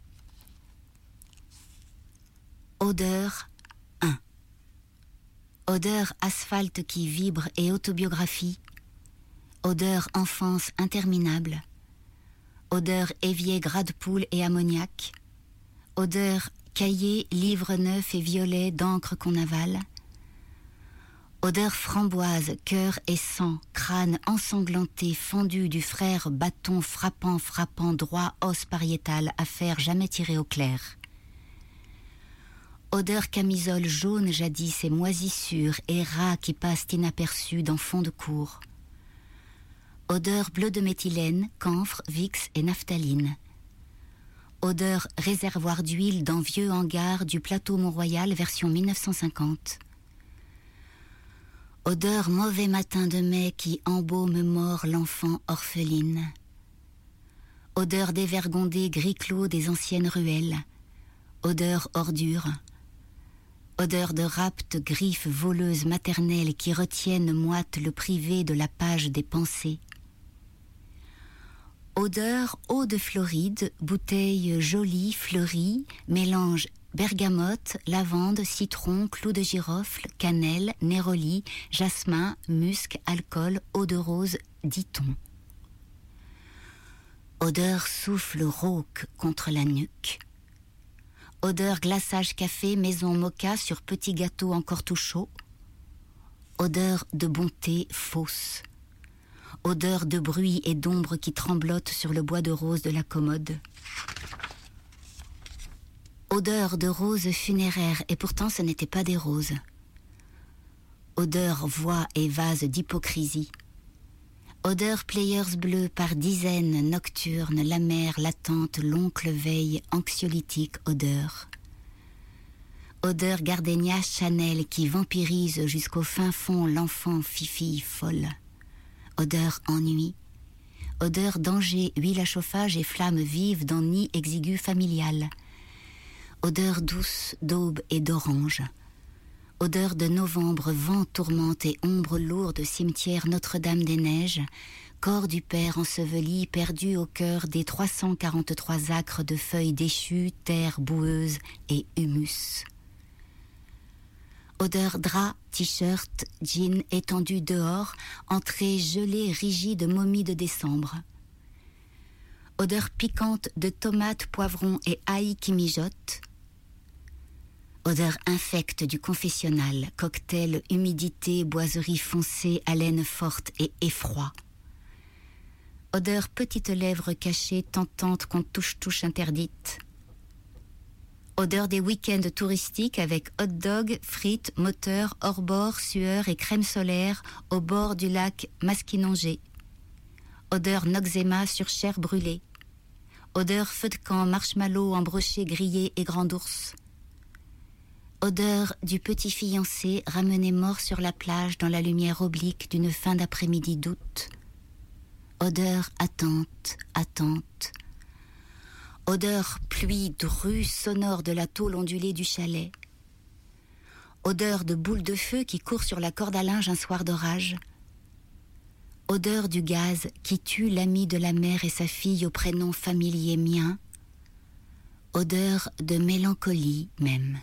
Odeur 1. Odeur asphalte qui vibre et autobiographie. Odeur enfance interminable. Odeur évier gras de poule et ammoniac. Odeur cahier, livre neuf et violet d'encre qu'on avale. Odeur framboise, cœur et sang, crâne ensanglanté, fendu du frère bâton frappant droit, os pariétal, affaire jamais tirée au clair. Odeur camisole jaune jadis et moisissure et rats qui passent inaperçus dans fond de cour. Odeur bleu de méthylène, camphre, vix et naphtaline. Odeur réservoir d'huile dans vieux hangar du plateau Mont-Royal version 1950. Odeur mauvais matin de mai qui embaume mort l'enfant orpheline. Odeur dévergondé gris clos des anciennes ruelles. Odeur ordure. Odeur de raptes griffes voleuses maternelles qui retiennent moite le privé de la page des pensées. Odeur eau de Floride, bouteille jolie, fleurie, mélange bergamote, lavande, citron, clou de girofle, cannelle, néroli, jasmin, musc, alcool, eau de rose, dit-on. Odeur souffle rauque contre la nuque. Odeur glaçage café, maison moka sur petit gâteau encore tout chaud. Odeur de bonté fausse. Odeur de bruit et d'ombre qui tremblotent sur le bois de rose de la commode. Odeur de roses funéraires, et pourtant ce n'était pas des roses. Odeur voix et vase d'hypocrisie. Odeur players bleus par dizaines, nocturnes, la mère, l'attente, l'oncle veille, anxiolytique, odeur. Odeur gardénia Chanel qui vampirise jusqu'au fin fond l'enfant fifille folle. Odeur ennui. Odeur danger, huile à chauffage et flamme vive dans nid exigu familial. Odeur douce d'aube et d'orange. Odeur de novembre, vent, tourmente et ombre lourde, cimetière Notre-Dame-des-Neiges, corps du père enseveli, perdu au cœur des 343 acres de feuilles déchues, terre boueuse et humus. Odeur drap, t-shirt, jean étendu dehors, entrée gelée, rigide, momie de décembre. Odeur piquante de tomates, poivrons et ail qui mijotent. Odeur infecte du confessionnal, cocktail, humidité, boiserie foncée, haleine forte et effroi. Odeur petites lèvres cachées, tentante qu'on touche interdite. Odeur des week-ends touristiques avec hot dog, frites, moteurs, hors-bord, sueur et crème solaire au bord du lac Masquinongé. Odeur noxéma sur chair brûlée. Odeur feu de camp, marshmallow embroché, grillé et grand ours. Odeur du petit fiancé ramené mort sur la plage dans la lumière oblique d'une fin d'après-midi d'août. Odeur attente. Odeur pluie drue sonore de la tôle ondulée du chalet. Odeur de boule de feu qui court sur la corde à linge un soir d'orage. Odeur du gaz qui tue l'ami de la mère et sa fille au prénom familier mien. Odeur de mélancolie même.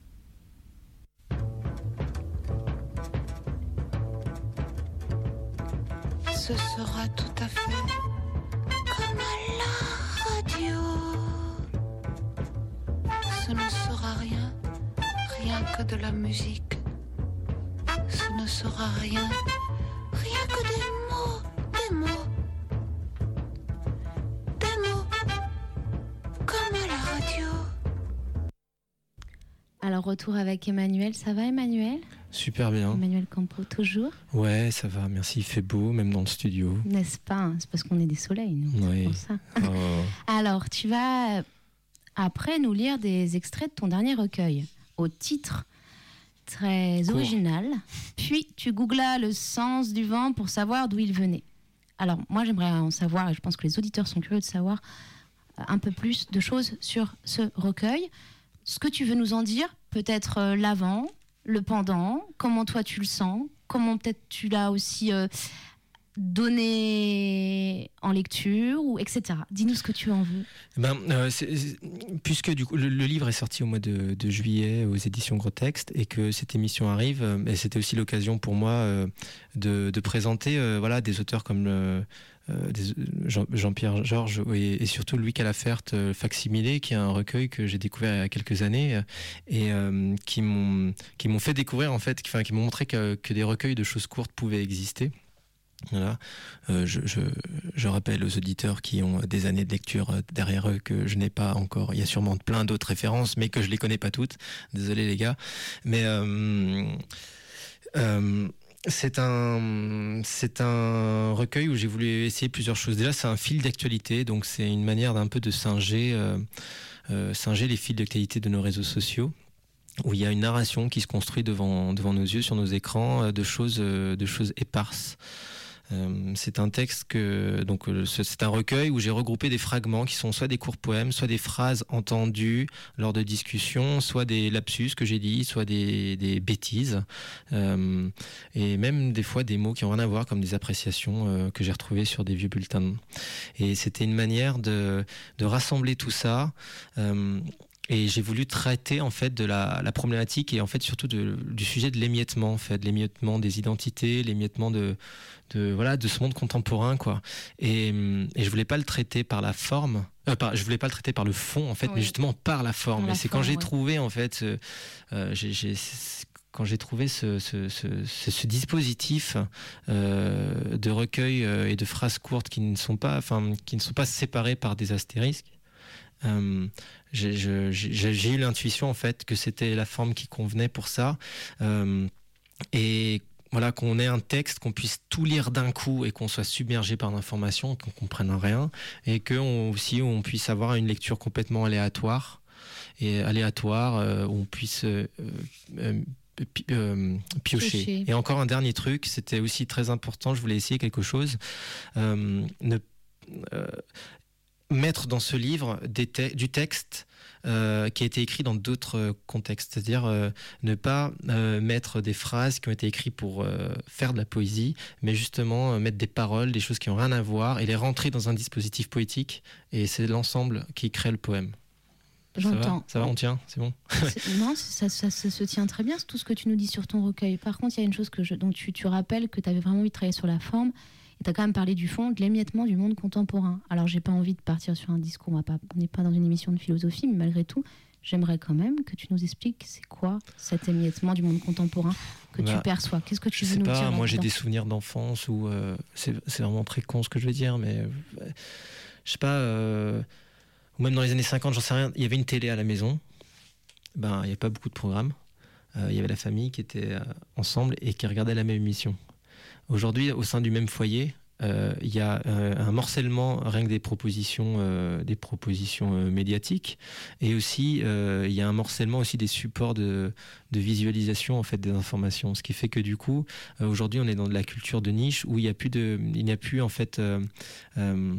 Ce sera tout à fait comme à la radio. Ce ne sera rien que de la musique. Ce ne sera rien que des mots comme à la radio. Alors, retour avec Emmanuel. Ça va, Emmanuel ? Super bien. Emmanuel Campo, toujours ? Ouais, ça va, merci. Il fait beau, même dans le studio. N'est-ce pas ? C'est parce qu'on est des soleils, nous. Oui. C'est pour ça. Oh. Alors, tu vas après nous lire des extraits de ton dernier recueil, au titre très original. Puis, tu googlas le sens du vent pour savoir d'où il venait. Alors, moi, j'aimerais en savoir, et je pense que les auditeurs sont curieux de savoir un peu plus de choses sur ce recueil. Ce que tu veux nous en dire, peut-être l'avant, le pendant, comment toi tu le sens, comment peut-être tu l'as aussi donné en lecture, ou etc. Dis-nous ce que tu en veux. Puisque du coup, le livre est sorti au mois de juillet aux éditions Gros Texte et que cette émission arrive, et c'était aussi l'occasion pour moi de présenter des auteurs comme Jean-Pierre Georges et surtout Louis Calafert, Facsimilé, qui est un recueil que j'ai découvert il y a quelques années et qui m'ont fait découvrir en fait, qui m'ont montré que des recueils de choses courtes pouvaient exister. Voilà. Je rappelle aux auditeurs qui ont des années de lecture derrière eux que je n'ai pas encore. Il y a sûrement plein d'autres références, mais que je les connais pas toutes. Désolé les gars, mais c'est un recueil où j'ai voulu essayer plusieurs choses. Déjà, c'est un fil d'actualité, donc c'est une manière d'un peu de singer les fils d'actualité de nos réseaux sociaux, où il y a une narration qui se construit devant nos yeux, sur nos écrans, de choses éparses. C'est un texte c'est un recueil où j'ai regroupé des fragments qui sont soit des courts poèmes, soit des phrases entendues lors de discussions, soit des lapsus que j'ai dit, soit des bêtises, et même des fois des mots qui n'ont rien à voir, comme des appréciations que j'ai retrouvées sur des vieux bulletins. Et c'était une manière de rassembler tout ça. Et j'ai voulu traiter en fait de la problématique et en fait surtout du sujet de l'émiettement, en fait, l'émiettement des identités, l'émiettement de ce monde contemporain, quoi. Et je voulais pas le traiter par la forme, je voulais pas le traiter par le fond en fait, oui, mais justement par la forme. Et c'est quand j'ai trouvé en fait, quand j'ai trouvé ce dispositif de recueil et de phrases courtes qui ne sont pas séparées par des astérisques. J'ai eu l'intuition en fait que c'était la forme qui convenait pour ça, et voilà, qu'on ait un texte, qu'on puisse tout lire d'un coup et qu'on soit submergé par l'information, qu'on comprenne rien, et qu'on puisse avoir une lecture complètement aléatoire, où on puisse piocher. Et encore un dernier truc, c'était aussi très important, je voulais essayer quelque chose, mettre dans ce livre du texte qui a été écrit dans d'autres contextes, c'est-à-dire ne pas mettre des phrases qui ont été écrites pour faire de la poésie, mais justement mettre des paroles, des choses qui n'ont rien à voir, et les rentrer dans un dispositif poétique, et c'est l'ensemble qui crée le poème. J'entends. Ça va, on tient, c'est bon. Non, ça se tient très bien, c'est tout ce que tu nous dis sur ton recueil. Par contre, il y a une chose dont tu rappelles que tu avais vraiment envie de travailler sur la forme, et tu as quand même parlé du fond, de l'émiettement du monde contemporain. Alors, j'ai pas envie de partir sur un discours, on n'est pas dans une émission de philosophie, mais malgré tout, j'aimerais quand même que tu nous expliques c'est quoi cet émiettement du monde contemporain que tu perçois. Qu'est-ce que tu veux nous dire? Moi, j'ai des souvenirs d'enfance où c'est vraiment très con ce que je vais dire, mais je sais pas, ou même dans les années 50, j'en sais rien, il y avait une télé à la maison, il n'y avait pas beaucoup de programmes, il y avait la famille qui était ensemble et qui regardait la même émission. Aujourd'hui, au sein du même foyer, il y a un morcellement rien que des propositions médiatiques, et aussi il y a un morcellement aussi des supports de visualisation en fait des informations, ce qui fait que du coup aujourd'hui on est dans de la culture de niche où il n'y a plus en fait il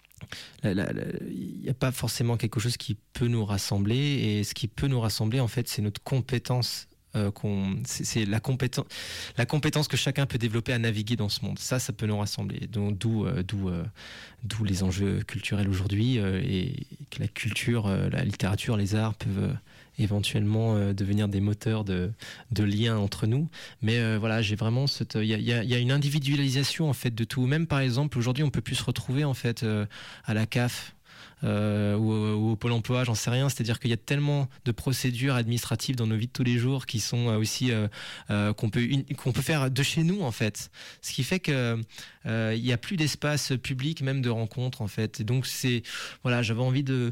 n'y a pas forcément quelque chose qui peut nous rassembler, et ce qui peut nous rassembler en fait c'est notre compétence. C'est la compétence que chacun peut développer à naviguer dans ce monde. Ça peut nous rassembler. Donc, d'où les enjeux culturels aujourd'hui, et que la culture, la littérature, les arts peuvent éventuellement devenir des moteurs de liens entre nous. Mais voilà, j'ai vraiment il y a une individualisation en fait de tout. Même par exemple, aujourd'hui, on peut plus se retrouver en fait à la CAF. Ou au Pôle emploi, j'en sais rien. C'est-à-dire qu'il y a tellement de procédures administratives dans nos vies de tous les jours qui sont aussi qu'on peut faire de chez nous en fait. Ce qui fait que il y a plus d'espace public, même de rencontres en fait. Et donc j'avais envie de.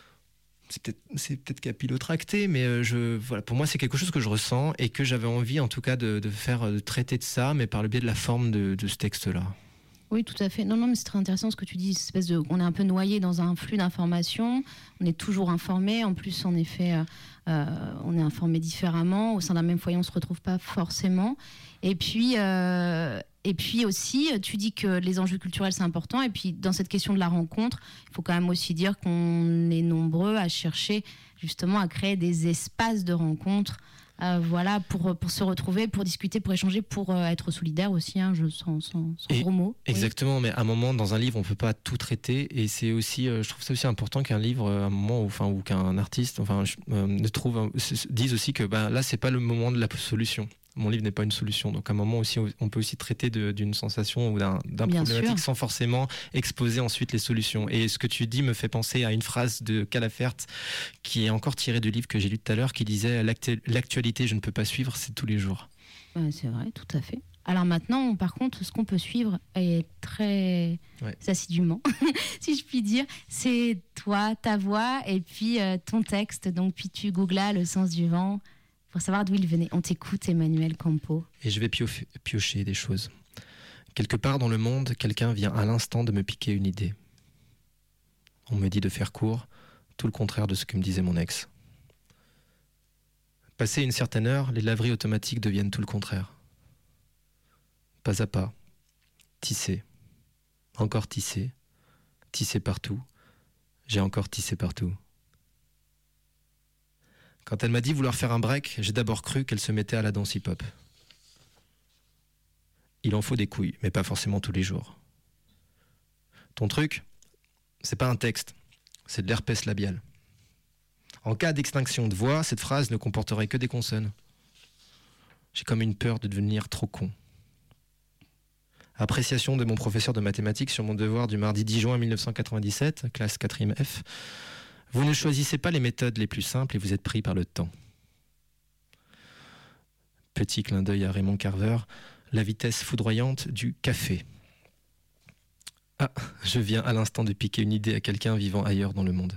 C'est peut-être capillotracté, mais pour moi c'est quelque chose que je ressens et que j'avais envie en tout cas de traiter de ça, mais par le biais de la forme de ce texte-là. Oui, tout à fait. Non, mais c'est très intéressant ce que tu dis. On est un peu noyé dans un flux d'informations. On est toujours informé. En plus, en effet, on est informé différemment. Au sein d'un même foyer, on ne se retrouve pas forcément. Et puis aussi, tu dis que les enjeux culturels, c'est important. Et puis, dans cette question de la rencontre, il faut quand même aussi dire qu'on est nombreux à chercher justement à créer des espaces de rencontre. Pour se retrouver, pour discuter, pour échanger, pour être solidaire aussi, sans gros mots. Exactement, oui. Mais à un moment, dans un livre, on ne peut pas tout traiter, et c'est aussi, je trouve ça aussi important qu'un livre, à un moment, ou qu'un artiste, dise aussi que là, c'est pas le moment de la solution. Mon livre n'est pas une solution, donc à un moment aussi, on peut aussi traiter d'une sensation ou d'un problématique sans forcément exposer ensuite les solutions. Et ce que tu dis me fait penser à une phrase de Calafert qui est encore tirée du livre que j'ai lu tout à l'heure, qui disait « L'actualité, je ne peux pas suivre, c'est tous les jours ». C'est vrai, tout à fait. Alors maintenant, par contre, ce qu'on peut suivre est très assidûment, si je puis dire, c'est toi, ta voix, et puis ton texte. Donc puis tu googlas le sens du vent pour savoir d'où il venait. On t'écoute, Emmanuel Campo. Et je vais piocher des choses. Quelque part dans le monde, quelqu'un vient à l'instant de me piquer une idée. On me dit de faire court, tout le contraire de ce que me disait mon ex. Passé une certaine heure, les laveries automatiques deviennent tout le contraire. Pas à pas, tisser, encore tisser, tisser partout, j'ai encore tissé partout. Quand elle m'a dit vouloir faire un break, j'ai d'abord cru qu'elle se mettait à la danse hip-hop. Il en faut des couilles, mais pas forcément tous les jours. Ton truc, c'est pas un texte, c'est de l'herpès labial. En cas d'extinction de voix, cette phrase ne comporterait que des consonnes. J'ai comme une peur de devenir trop con. Appréciation de mon professeur de mathématiques sur mon devoir du mardi 10 juin 1997, classe 4e F. Vous ne choisissez pas les méthodes les plus simples et vous êtes pris par le temps. Petit clin d'œil à Raymond Carver, la vitesse foudroyante du café. Ah, je viens à l'instant de piquer une idée à quelqu'un vivant ailleurs dans le monde.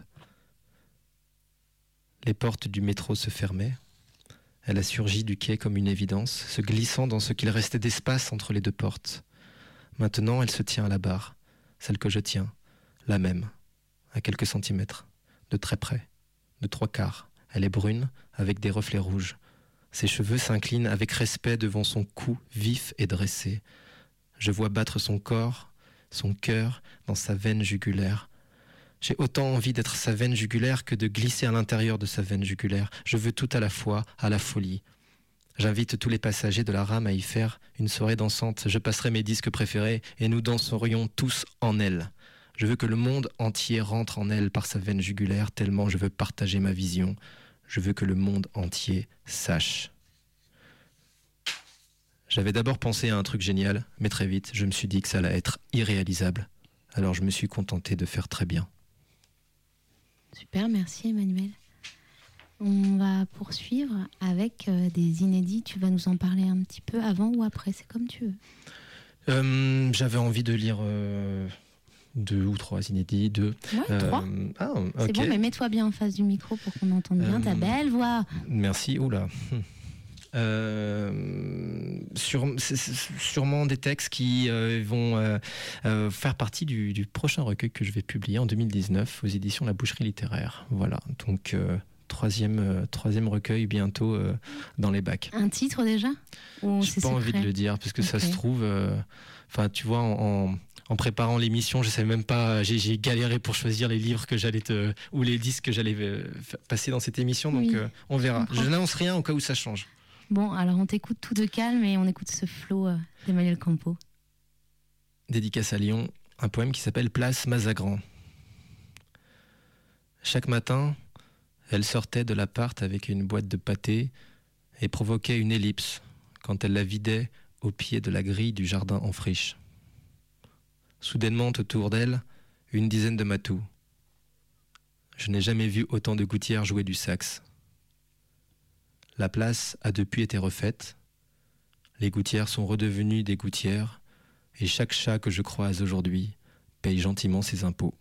Les portes du métro se fermaient. Elle a surgi du quai comme une évidence, se glissant dans ce qu'il restait d'espace entre les deux portes. Maintenant, elle se tient à la barre, celle que je tiens, la même, à quelques centimètres. De très près, de 3/4. Elle est brune, avec des reflets rouges. Ses cheveux s'inclinent avec respect devant son cou vif et dressé. Je vois battre son corps, son cœur, dans sa veine jugulaire. J'ai autant envie d'être sa veine jugulaire que de glisser à l'intérieur de sa veine jugulaire. Je veux tout à la fois, à la folie. J'invite tous les passagers de la rame à y faire une soirée dansante. Je passerai mes disques préférés et nous danserions tous en elle. Je veux que le monde entier rentre en elle par sa veine jugulaire, tellement je veux partager ma vision. Je veux que le monde entier sache. J'avais d'abord pensé à un truc génial, mais très vite, je me suis dit que ça allait être irréalisable. Alors je me suis contenté de faire très bien. Super, merci Emmanuel. On va poursuivre avec des inédits. Tu vas nous en parler un petit peu avant ou après, c'est comme tu veux. J'avais envie de lire 2 ou 3 inédits. 2. Ouais, 3. Ah, okay. C'est bon, mais mets-toi bien en face du micro pour qu'on entende bien ta belle voix. Merci, oula. Sûrement des textes qui vont faire partie du prochain recueil que je vais publier en 2019 aux éditions La Boucherie Littéraire. Voilà, donc troisième recueil bientôt dans les bacs. Un titre déjà? J'ai pas envie de le dire parce que ça se trouve, tu vois, en préparant l'émission, je savais même pas, j'ai galéré pour choisir les livres que j'allais ou les disques que j'allais passer dans cette émission, donc on verra. Je n'annonce rien au cas où ça change. Bon, alors on t'écoute tout de calme et on écoute ce flow d'Emmanuel Campo. Dédicace à Lyon, un poème qui s'appelle Place Mazagran. Chaque matin, elle sortait de l'appart avec une boîte de pâté et provoquait une ellipse quand elle la vidait au pied de la grille du jardin en friche. Soudainement autour d'elle, une dizaine de matous. Je n'ai jamais vu autant de gouttières jouer du sax. La place a depuis été refaite. Les gouttières sont redevenues des gouttières et chaque chat que je croise aujourd'hui paye gentiment ses impôts.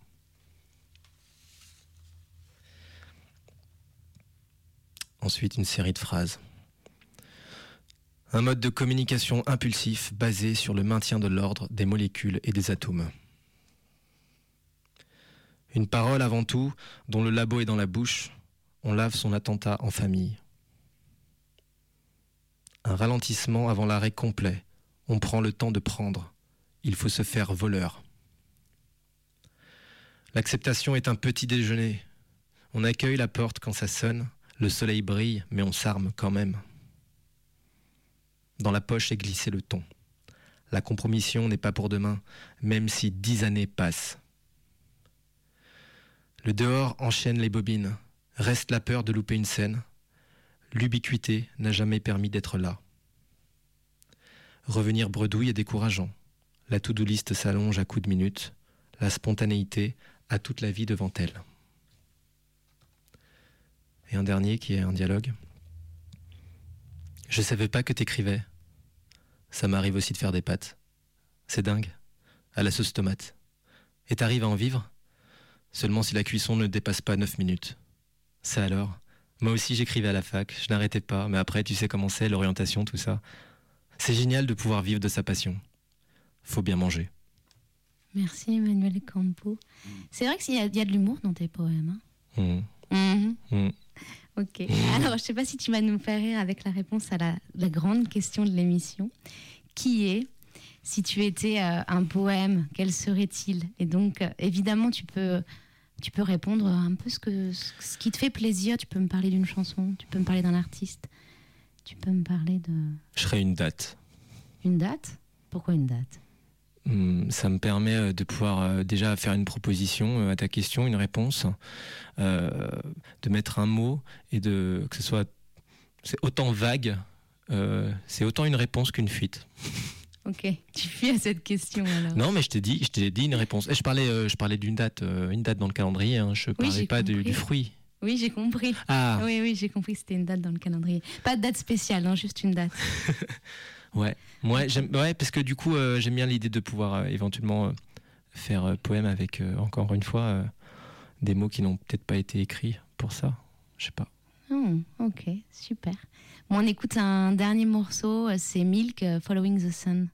Ensuite, une série de phrases. Un mode de communication impulsif basé sur le maintien de l'ordre des molécules et des atomes. Une parole avant tout, dont le labo est dans la bouche, on lave son attentat en famille. Un ralentissement avant l'arrêt complet, on prend le temps de prendre, il faut se faire voleur. L'acceptation est un petit déjeuner, on accueille la porte quand ça sonne, le soleil brille mais on s'arme quand même. Dans la poche est glissé le ton. La compromission n'est pas pour demain, même si 10 années passent. Le dehors enchaîne les bobines, reste la peur de louper une scène. L'ubiquité n'a jamais permis d'être là. Revenir bredouille est décourageant. La to-do list s'allonge à coups de minutes. La spontanéité a toute la vie devant elle. Et un dernier qui est un dialogue. Je savais pas que t'écrivais. Ça m'arrive aussi de faire des pâtes. C'est dingue. À la sauce tomate. Et t'arrives à en vivre ? Seulement si la cuisson ne dépasse pas 9 minutes. Ça alors ? Moi aussi j'écrivais à la fac, je n'arrêtais pas, mais après tu sais comment c'est, l'orientation, tout ça. C'est génial de pouvoir vivre de sa passion. Faut bien manger. Merci Emmanuel Campo. C'est vrai qu'il y a de l'humour dans tes poèmes. Ok. Alors je sais pas si tu vas nous faire rire avec la réponse à la grande question de l'émission. Qui est, si tu étais un poème, quel serait-il ? Et donc évidemment tu peux répondre un peu ce qui te fait plaisir. Tu peux me parler d'une chanson, tu peux me parler d'un artiste, tu peux me parler de... Je serais une date. Une date ? Pourquoi une date ? Ça me permet de pouvoir déjà faire une proposition à ta question, une réponse, de mettre un mot et que ce soit... C'est autant vague, c'est autant une réponse qu'une fuite. Ok, tu fuis à cette question alors. Non, mais je t'ai dit une réponse. Et je parlais d'une date dans le calendrier. Hein. Je parlais pas du fruit. Oui, j'ai compris. Ah. Oui, j'ai compris que c'était une date dans le calendrier. Pas de date spéciale, hein, juste une date. Ouais. Moi, parce que du coup, j'aime bien l'idée de pouvoir éventuellement faire poème avec, encore une fois, des mots qui n'ont peut-être pas été écrits pour ça. Je sais pas. Ok, super. Bon, on écoute un dernier morceau, c'est Milk, Following the Sun.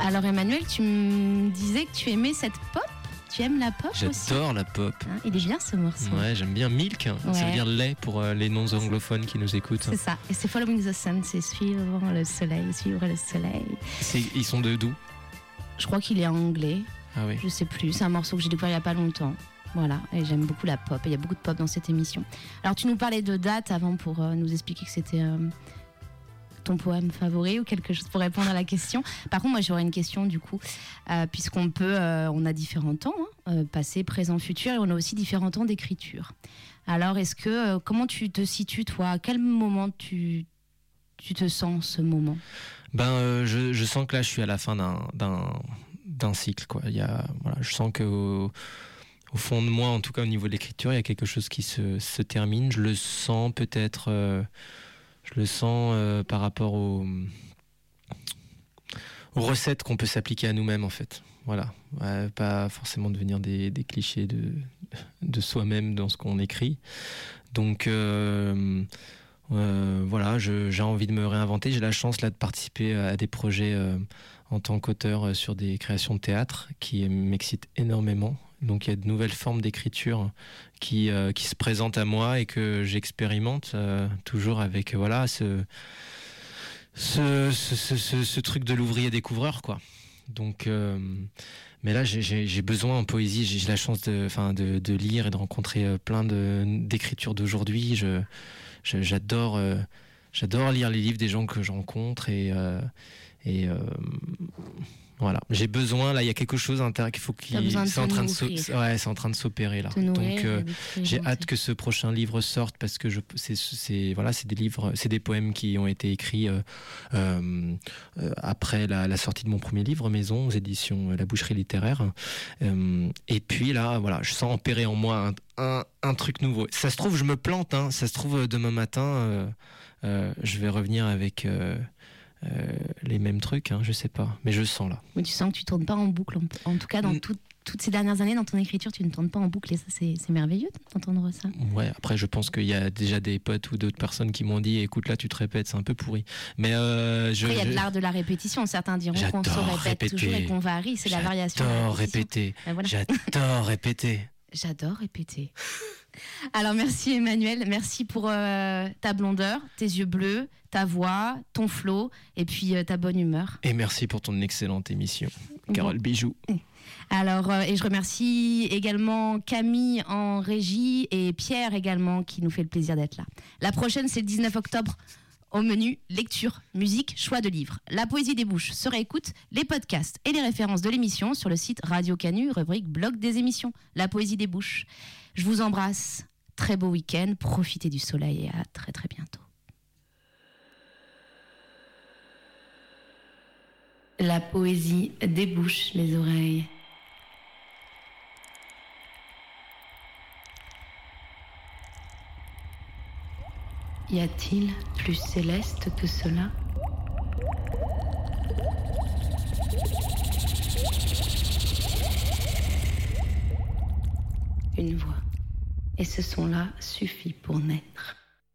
Alors Emmanuel, tu me disais que tu aimais cette pop. Tu aimes la pop aussi? J'adore la pop. Hein, il est bien ce morceau. Ouais, j'aime bien Milk. Ça veut dire lait pour les non-anglophones qui nous écoutent. C'est ça. Et c'est Following the Sun, c'est suivre le soleil, suivre le soleil. Ils sont de d'où? Je crois qu'il est anglais. Ah oui. Je sais plus. C'est un morceau que j'ai découvert il n'y a pas longtemps. Voilà, et j'aime beaucoup la pop. Et il y a beaucoup de pop dans cette émission. Alors tu nous parlais de dates avant pour nous expliquer que c'était ton poème favori ou quelque chose pour répondre à la question. Par contre, moi j'aurais une question du coup, puisqu'on on a différents temps, passé, présent, futur, et on a aussi différents temps d'écriture. Alors comment tu te situes toi? À quel moment tu te sens ce moment? Je sens que là je suis à la fin d'un cycle, quoi. Je sens que au fond de moi, en tout cas au niveau de l'écriture, il y a quelque chose qui se termine. Je le sens peut-être. Je le sens par rapport aux recettes qu'on peut s'appliquer à nous-mêmes, en fait. Voilà. Ouais, pas forcément devenir des clichés de soi-même dans ce qu'on écrit. Donc, voilà, j'ai envie de me réinventer. J'ai la chance là de participer à des projets en tant qu'auteur sur des créations de théâtre qui m'excitent énormément. Donc il y a de nouvelles formes d'écriture qui se présentent à moi et que j'expérimente toujours avec ce truc de l'ouvrier découvreur, quoi. Donc mais là j'ai besoin en poésie, j'ai la chance de lire et de rencontrer plein d'écritures d'aujourd'hui. J'adore lire les livres des gens que je rencontre et voilà, j'ai besoin, là il y a quelque chose qu'il faut c'est en train de s'opérer là. Donc j'ai hâte que ce prochain livre sorte parce que c'est des livres, c'est des poèmes qui ont été écrits après la sortie de mon premier livre Maison aux éditions La Boucherie Littéraire. Et puis là voilà, je sens opérer en moi un truc nouveau. Ça se trouve je me plante, hein, ça se trouve demain matin je vais revenir avec les mêmes trucs, hein, je sais pas, mais je sens là. Mais tu sens que tu tournes pas en boucle, en tout cas dans toutes ces dernières années dans ton écriture, tu ne tournes pas en boucle et ça c'est merveilleux d'entendre ça. Ouais, après je pense qu'il y a déjà des potes ou d'autres personnes qui m'ont dit écoute là tu te répètes, c'est un peu pourri. Mais après il y a de l'art de la répétition, certains diront qu'on se répète toujours et qu'on varie, c'est la variation. J'adore répéter. J'adore répéter. Alors merci Emmanuel, merci pour ta blondeur, tes yeux bleus, ta voix, ton flow et puis ta bonne humeur. Et merci pour ton excellente émission, Carole Bijoux. Alors et je remercie également Camille en régie et Pierre également qui nous fait le plaisir d'être là. La prochaine c'est le 19 octobre. Au menu, lecture, musique, choix de livres. La poésie des bouches se réécoute, les podcasts et les références de l'émission sur le site Radio Canu, rubrique blog des émissions. La poésie des bouches. Je vous embrasse. Très beau week-end. Profitez du soleil et à très très bientôt. La poésie débouche les oreilles. Y a-t-il plus céleste que cela ? Une voix. Et ce son-là suffit pour naître.